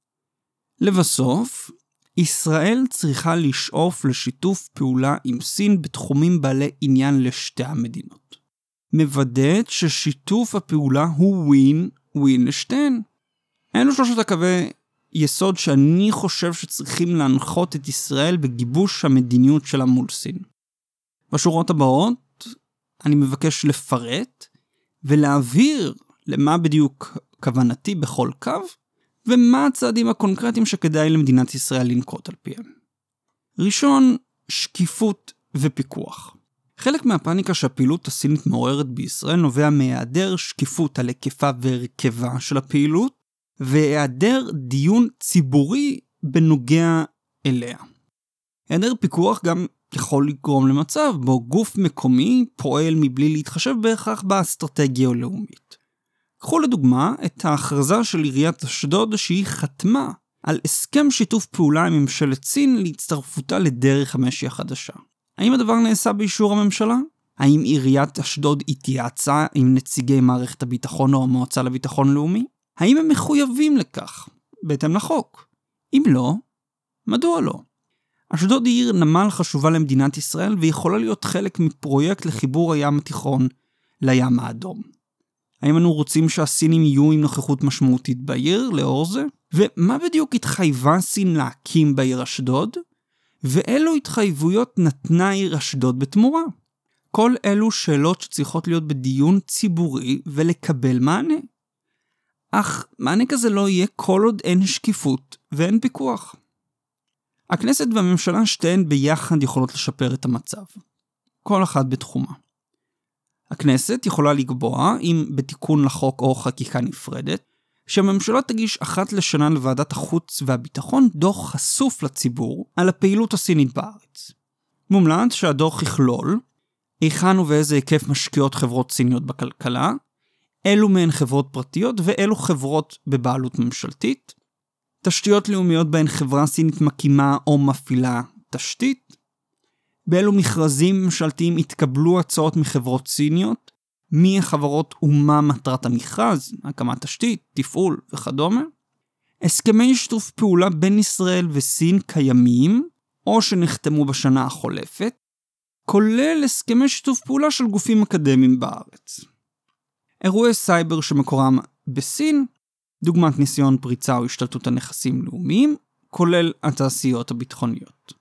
לבסוף, ישראל צריכה לשאוף לשיתוף פעולה עם סין בתחומים בעלי עניין לשתי המדינות. מוודאת ששיתוף הפעולה הוא ווין לשתיהן. אלו 3 הקווי יסוד שאני חושב שצריכים להנחות את ישראל בגיבוש המדיניות שלה מול סין. בשורות הבאות אני מבקש לפרט ולהבהיר למה בדיוק כוונתי בכל קו, ומה הצעדים הקונקרטיים שכדאי למדינת ישראל לנקוט על פיהם. ראשון, שקיפות ופיקוח. חלק מהפאניקה שהפעילות הסינית מעוררת בישראל נובע מהיעדר שקיפות על היקפה והרכבה של הפעילות, והיעדר דיון ציבורי בנוגע אליה. היעדר פיקוח גם יכול לגרום למצב בו גוף מקומי פועל מבלי להתחשב בהכרח באסטרטגיה הלאומית. קחו לדוגמה את ההכרזה של עיריית אשדוד שהיא חתמה על הסכם שיתוף פעולה עם ממשלת סין להצטרפותה לדרך המשי החדשה. האם הדבר נעשה באישור הממשלה? האם עיריית אשדוד התייעצה עם נציגי מערכת הביטחון או המועצה לביטחון לאומי? האם הם מחויבים לכך בהתאם לחוק? אם לא, מדוע לא? אשדוד היא עיר נמל חשובה למדינת ישראל ויכולה להיות חלק מפרויקט לחיבור הים התיכון לים האדום. האם אנו רוצים שהסינים יהיו עם נוכחות משמעותית בעיר לאור זה? ומה בדיוק התחייבה סין להקים בעיר אשדוד? ואילו התחייבויות נתנה עיר אשדוד בתמורה? כל אלו שאלות שצריכות להיות בדיון ציבורי ולקבל מענה. אך מענה כזה לא יהיה כל עוד אין שקיפות ואין פיקוח. הכנסת והממשלה שתיהן ביחד יכולות לשפר את המצב. כל אחת בתחומה. הכנסת יכולה לקבוע, אם בתיקון לחוק או חקיקה נפרדת, שהממשלה תגיש אחת לשנה לוועדת החוץ והביטחון דוח חשוף לציבור על הפעילות הסינית בארץ. מומלץ שהדוח יכלול היכן ובאיזה היקף משקיעות חברות סיניות בכלכלה, אילו מהן חברות פרטיות ואילו חברות בבעלות ממשלתית, תשתיות לאומיות בהן חברה סינית מקימה או מפעילה תשתית, באילו מכרזים ממשלתיים התקבלו הצעות מחברות סיניות, מי החברות ומה מטרת המכרז, הקמת תשתית, תפעול וכדומה, הסכמי שיתוף פעולה בין ישראל וסין קיימים, או שנחתמו בשנה החולפת, כולל הסכמי שיתוף פעולה של גופים אקדמיים בארץ. אירועי סייבר שמקורם בסין, דוגמת ניסיון פריצה או השתלטות על נכסים לאומיים, כולל התעשיות הביטחוניות.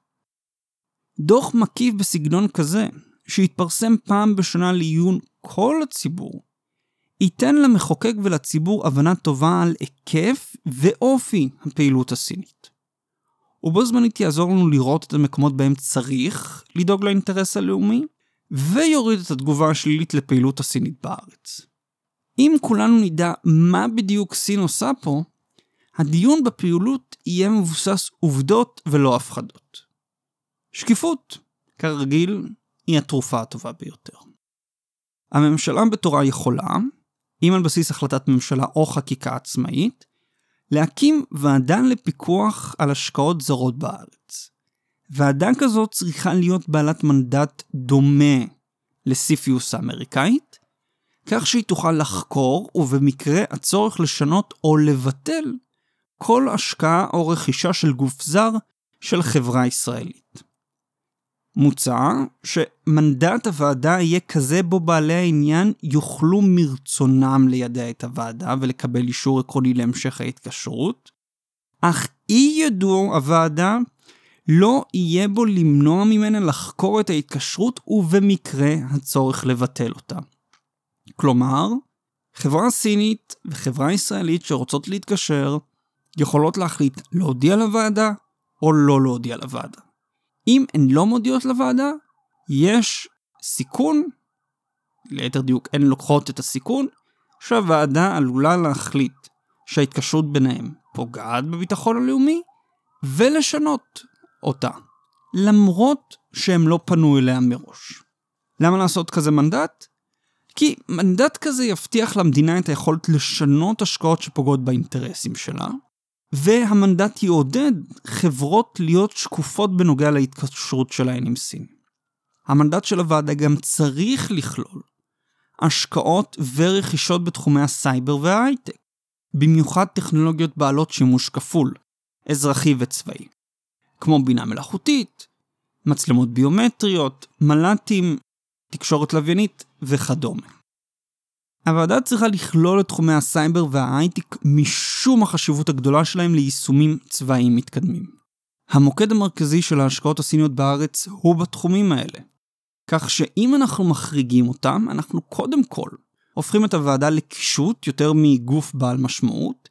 דוח מקיף בסגנון כזה, שהתפרסם פעם בשנה לעיון כל הציבור, ייתן למחוקק ולציבור הבנה טובה על היקף ואופי הפעילות הסינית. ובו זמנית יעזור לנו לראות את המקומות בהם צריך לדאוג לאינטרס הלאומי, ויוריד את התגובה השלילית לפעילות הסינית בארץ. אם כולנו נדע מה בדיוק סין עושה פה, הדיון בפעילות יהיה מבוסס עובדות ולא הפחדות. שקיפות, כרגיל, היא התרופה הטובה ביותר. הממשלה בתורה יכולה, אם על בסיס החלטת ממשלה או חקיקה עצמאית, להקים ועדה לפיקוח על השקעות זרות בארץ. ועדה כזאת צריכה להיות בעלת מנדט דומה לסיפיוס האמריקאית, כך שהיא תוכל לחקור ובמקרה הצורך לשנות או לבטל כל השקעה או רכישה של גוף זר של חברה ישראלית. מוצע שמנדט הוועדה יהיה כזה בו בעלי העניין יוכלו מרצונם לידע את הוועדה ולקבל אישור עקרוני להמשך ההתקשרות, אך אי ידוע הוועדה לא יהיה בו למנוע ממנה לחקור את ההתקשרות ובמקרה הצורך לבטל אותה. כלומר, חברה סינית וחברה ישראלית שרוצות להתקשר יכולות להחליט להודיע לוועדה או לא להודיע לוועדה. אם הן לא מודיעות לוועדה, יש סיכון, ליתר דיוק הן לוקחות את הסיכון, שהוועדה עלולה להחליט שההתקשרות ביניהם פוגעת בביטחון הלאומי, ולשנות אותה, למרות שהם לא פנו אליה מראש. למה לעשות כזה מנדט? כי מנדט כזה יבטיח למדינה את היכולת לשנות השקעות שפוגעות באינטרסים שלה, והמנדט יעודד חברות להיות שקופות בנוגע להתקשרות שלהן עם סין. המנדט של הוועדה גם צריך לכלול השקעות ורכישות בתחומי הסייבר וההייטק, במיוחד טכנולוגיות בעלות שימוש כפול, אזרחי וצבאי, כמו בינה מלאכותית, מצלמות ביומטריות, מל"טים, תקשורת לוויינית וכדומה. הוועדה צריכה לכלול את תחומי הסייבר וההייטק משום החשיבות הגדולה שלהם ליישומים צבאיים מתקדמים. המוקד המרכזי של ההשקעות הסיניות בארץ הוא בתחומים האלה. כך שאם אנחנו מחריגים אותם, אנחנו קודם כל הופכים את הוועדה לקישוט יותר מגוף בעל משמעות,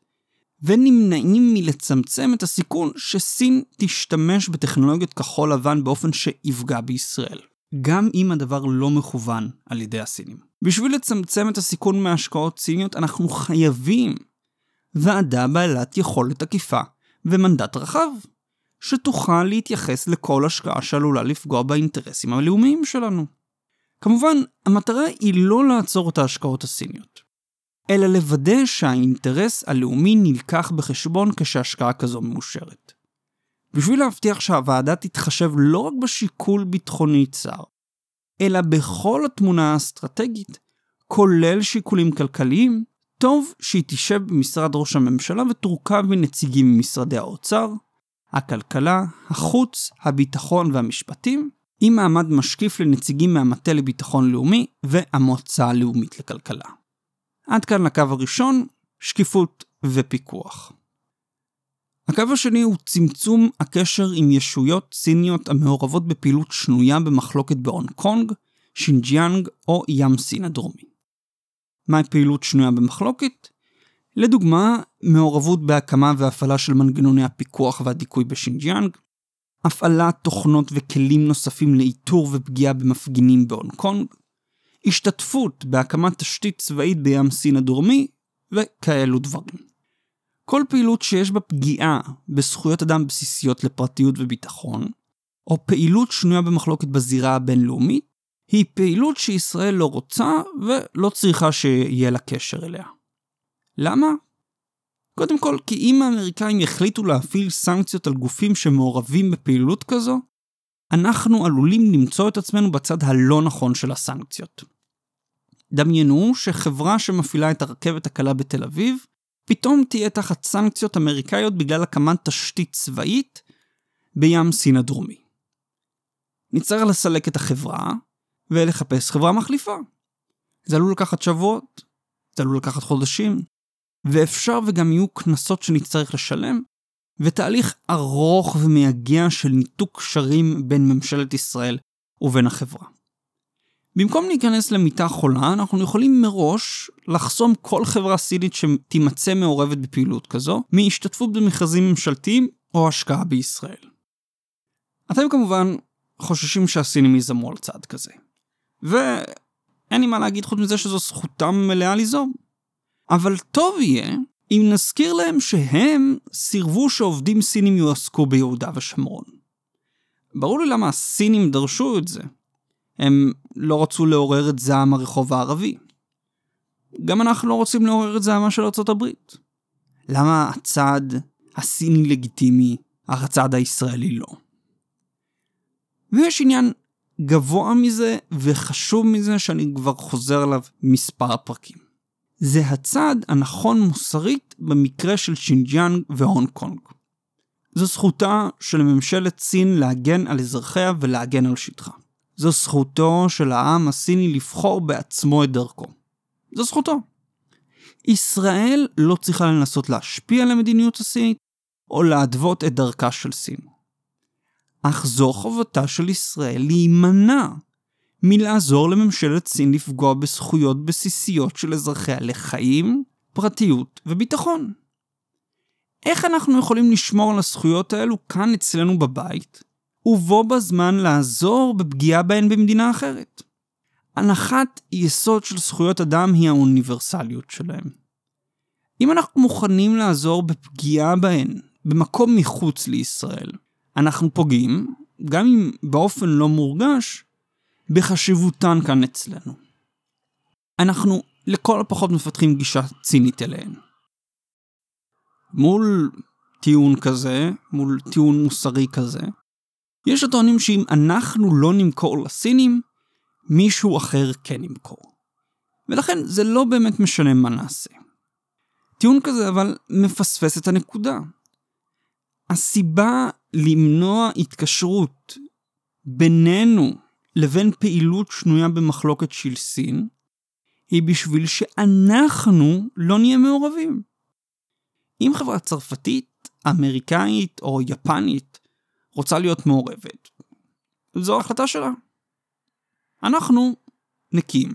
ונמנעים מלצמצם את הסיכון שסין תשתמש בטכנולוגיות כחול לבן באופן שיפגע בישראל. גם אם הדבר לא מכוון על ידי הסינים. בשביל לצמצם את הסיכון מהשקעות סיניות, אנחנו חייבים ועדה בעלת יכולת עקיפה ומנדט רחב, שתוכל להתייחס לכל השקעה שעלולה לפגוע באינטרסים הלאומיים שלנו. כמובן, המטרה היא לא לעצור את ההשקעות הסיניות, אלא לוודא שהאינטרס הלאומי נלקח בחשבון כשהשקעה כזו מאושרת. בשביל להבטיח שהוועדה תתחשב לא רק בשיקול ביטחוני צר, אלא בכל התמונה האסטרטגית, כולל שיקולים כלכליים, טוב שהיא תשב במשרד ראש הממשלה ותורכב מנציגים ממשרדי האוצר, הכלכלה, החוץ, הביטחון והמשפטים, עם מעמד משקיף לנציגים מהמטה לביטחון לאומי והמועצה הלאומית לכלכלה. עד כאן לקו הראשון, שקיפות ופיקוח. הקו השני הוא צמצום הקשר עם ישויות סיניות המעורבות בפעילות שנויה במחלוקת בהונג קונג, שינג'יאנג או ים סין הדרומי. מהי פעילות שנויה במחלוקת? לדוגמה, מעורבות בהקמה והפעלה של מנגנוני הפיקוח והדיכוי בשינג'יאנג, הפעלת תוכנות וכלים נוספים לאיתור ופגיעה במפגינים בהונג קונג, השתתפות בהקמת תשתית צבאית בים סין הדרומי וכאלו דברים. כל פעילות שיש בה פגיעה בזכויות אדם בסיסיות לפרטיות וביטחון, או פעילות שנויה במחלוקת בזירה הבינלאומית, היא פעילות שישראל לא רוצה ולא צריכה שיהיה לה קשר אליה. למה? קודם כל, כי אם האמריקאים יחליטו להפעיל סנקציות על גופים שמעורבים בפעילות כזו, אנחנו עלולים למצוא את עצמנו בצד הלא נכון של הסנקציות. דמיינו שחברה שמפעילה את הרכבת הקלה בתל אביב, פתאום תהיה תחת סנקציות אמריקאיות בגלל הקמת תשתית צבאית בים סין הדרומי. נצטרך לסלק את החברה ולחפש חברה מחליפה. זה עלול לקחת שבועות, זה עלול לקחת חודשים, ואפשר וגם יהיו כנסות שנצטרך לשלם, ותהליך ארוך ומייגע של ניתוק קשרים בין ממשלת ישראל ובין החברה. במקום להיכנס למיטה חולה, אנחנו יכולים מראש לחסום כל חברה סינית שתימצא מעורבת בפעילות כזו, מהשתתפות במכרזים ממשלתיים או השקעה בישראל. אתם כמובן חוששים שהסינים יזמו על צעד כזה. ואין לי מה להגיד חוץ מזה שזו זכותם מלאה ליזום. אבל טוב יהיה אם נזכיר להם שהם סירבו שעובדים סינים יועסקו ביהודה ושומרון. ברור לי למה הסינים דרשו את זה. הם לא רצו לעורר את זעם הרחוב הערבי. גם אנחנו לא רוצים לעורר את זעמה של ארצות הברית. למה הצד הסיני לגיטימי, אך הצד הישראלי לא? ויש עניין גבוה מזה וחשוב מזה שאני כבר חוזר עליו מספר פרקים. זה הצד הנכון מוסרית במקרה של שינג'יאנג והונג קונג. זו זכותה של ממשלת סין להגן על אזרחיה ולהגן על שטחה. זו זכותו של העם הסיני לבחור בעצמו את דרכו. זו זכותו. ישראל לא צריכה לנסות להשפיע על המדיניות הסינית או להדוות את דרכה של סין. אך זו חובתה של ישראל להימנע מלעזור לממשלת סין לפגוע בזכויות בסיסיות של אזרחיה לחיים, פרטיות וביטחון. איך אנחנו יכולים לשמור על הזכויות האלו כאן אצלנו בבית, ובו בזמן לעזור בפגיעה בהן במדינה אחרת? הנחת יסוד של זכויות אדם היא האוניברסליות שלהם. אם אנחנו מוכנים לעזור בפגיעה בהן במקום מחוץ לישראל, אנחנו פוגעים, גם אם באופן לא מורגש, בחשיבותן כאן אצלנו. אנחנו לכל הפחות מפתחים גישה צינית אליהן. מול טיעון כזה, מול טיעון מוסרי כזה, יש הטוענים שאם אנחנו לא נמכור לסינים, מישהו אחר כן ימכור. ולכן זה לא באמת משנה מה נעשה. טיעון כזה אבל מפספס את הנקודה. הסיבה למנוע התקשרות בינינו לבין פעילות שנויה במחלוקת של סין, היא בשביל שאנחנו לא נהיה מעורבים. אם חברה צרפתית, אמריקאית או יפנית רוצה להיות מעורבת, זו החלטה שלה. אנחנו נקים.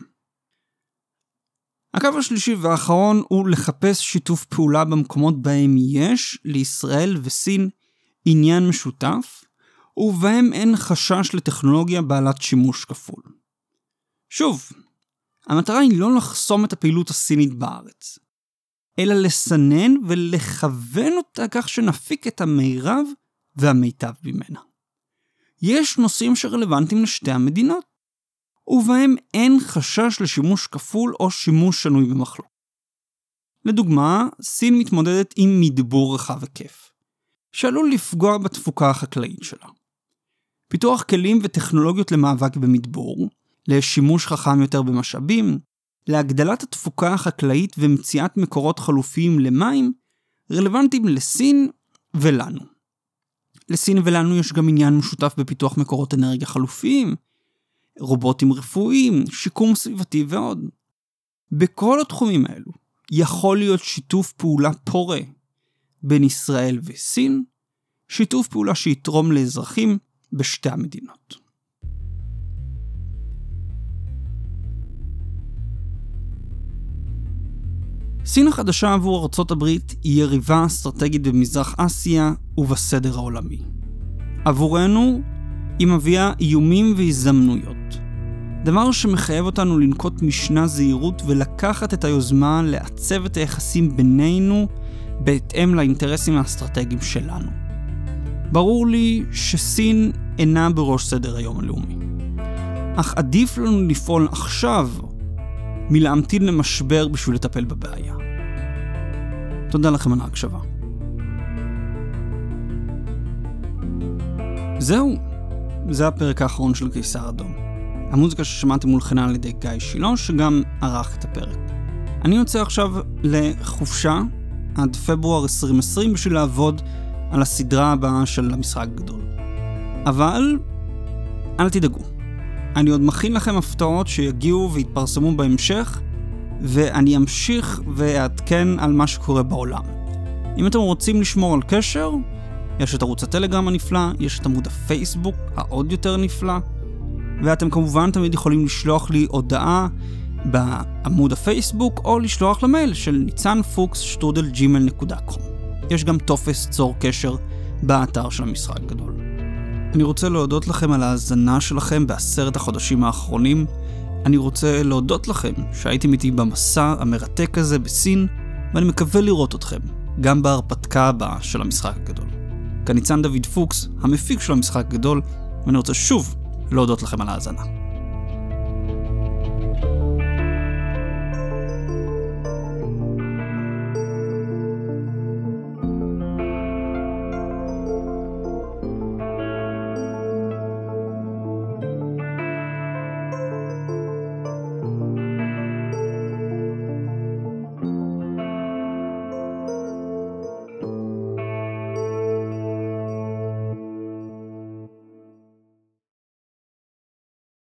הקו השלישי והאחרון הוא לחפש שיתוף פעולה במקומות בהם יש לישראל וסין עניין משותף, ובהם אין חשש לטכנולוגיה בעלת שימוש כפול. שוב, המטרה היא לא לחסום את הפעילות הסינית בארץ, אלא לסנן ולכוון אותה כך שנפיק את המירב והמיטב ממנה. יש נושאים שרלוונטיים לשתי המדינות, ובהם אין חשש לשימוש כפול או שימוש שנוי במחלוקת. לדוגמה, סין מתמודדת עם מדבור רחב היקף, שעלול לפגוע בתפוקה החקלאית שלה. פיתוח כלים וטכנולוגיות למאבק במדבור, לשימוש חכם יותר במשאבים, להגדלת התפוקה החקלאית ומציאת מקורות חלופיים למים, רלוונטיים לסין ולנו. לסין ולנו יש גם עניין משותף בפיתוח מקורות אנרגיה חלופיים, רובוטים רפואיים, שיקום סביבתי ועוד. בכל התחומים האלו יכול להיות שיתוף פעולה פורה בין ישראל וסין, שיתוף פעולה שיתרום לאזרחים בשתי המדינות. סין החדשה עבור ארצות הברית היא יריבה אסטרטגית במזרח אסיה ובסדר העולמי. עבורנו היא מביאה איומים והזדמנויות. דבר שמחייב אותנו לנקוט משנה זהירות ולקחת את היוזמה לעצב את היחסים בינינו בהתאם לאינטרסים האסטרטגיים שלנו. ברור לי שסין אינה בראש סדר היום הלאומי. אך עדיף לנו לפעול עכשיו מלהמתין למשבר בשביל לטפל בבעיה. תודה לכם על ההקשבה. זהו, זה הפרק האחרון של קיסר אדום. המוזיקה ששמעתם מולחנה על ידי גיא שילון, שגם ערך את הפרק. אני יוצא עכשיו לחופשה עד פברואר 2020 בשביל לעבוד על הסדרה הבאה של המשחק הגדול. אבל אל תדאגו, אני עוד מכין לכם הפתעות שיגיעו והתפרסמו בהמשך, ואני אמשיך ואעדכן על מה שקורה בעולם. אם אתם רוצים לשמור על קשר, יש את ערוץ הטלגרם הנפלא, יש את עמוד הפייסבוק העוד יותר נפלא, ואתם כמובן תמיד יכולים לשלוח לי הודעה בעמוד הפייסבוק או לשלוח למייל של nichanfuchs@gmail.com. יש גם טופס צור קשר באתר של המשחק הגדול. אני רוצה להודות לכם על ההאזנה שלכם ב10 החודשים האחרונים. אני רוצה להודות לכם שהייתם איתי במסע המרתק הזה בסין, ואני מקווה לראות אתכם גם בהרפתקה הבאה של המשחק הגדול. כאן ניצן דוד פוקס, המפיק של המשחק הגדול, ואני רוצה שוב להודות לכם על ההאזנה.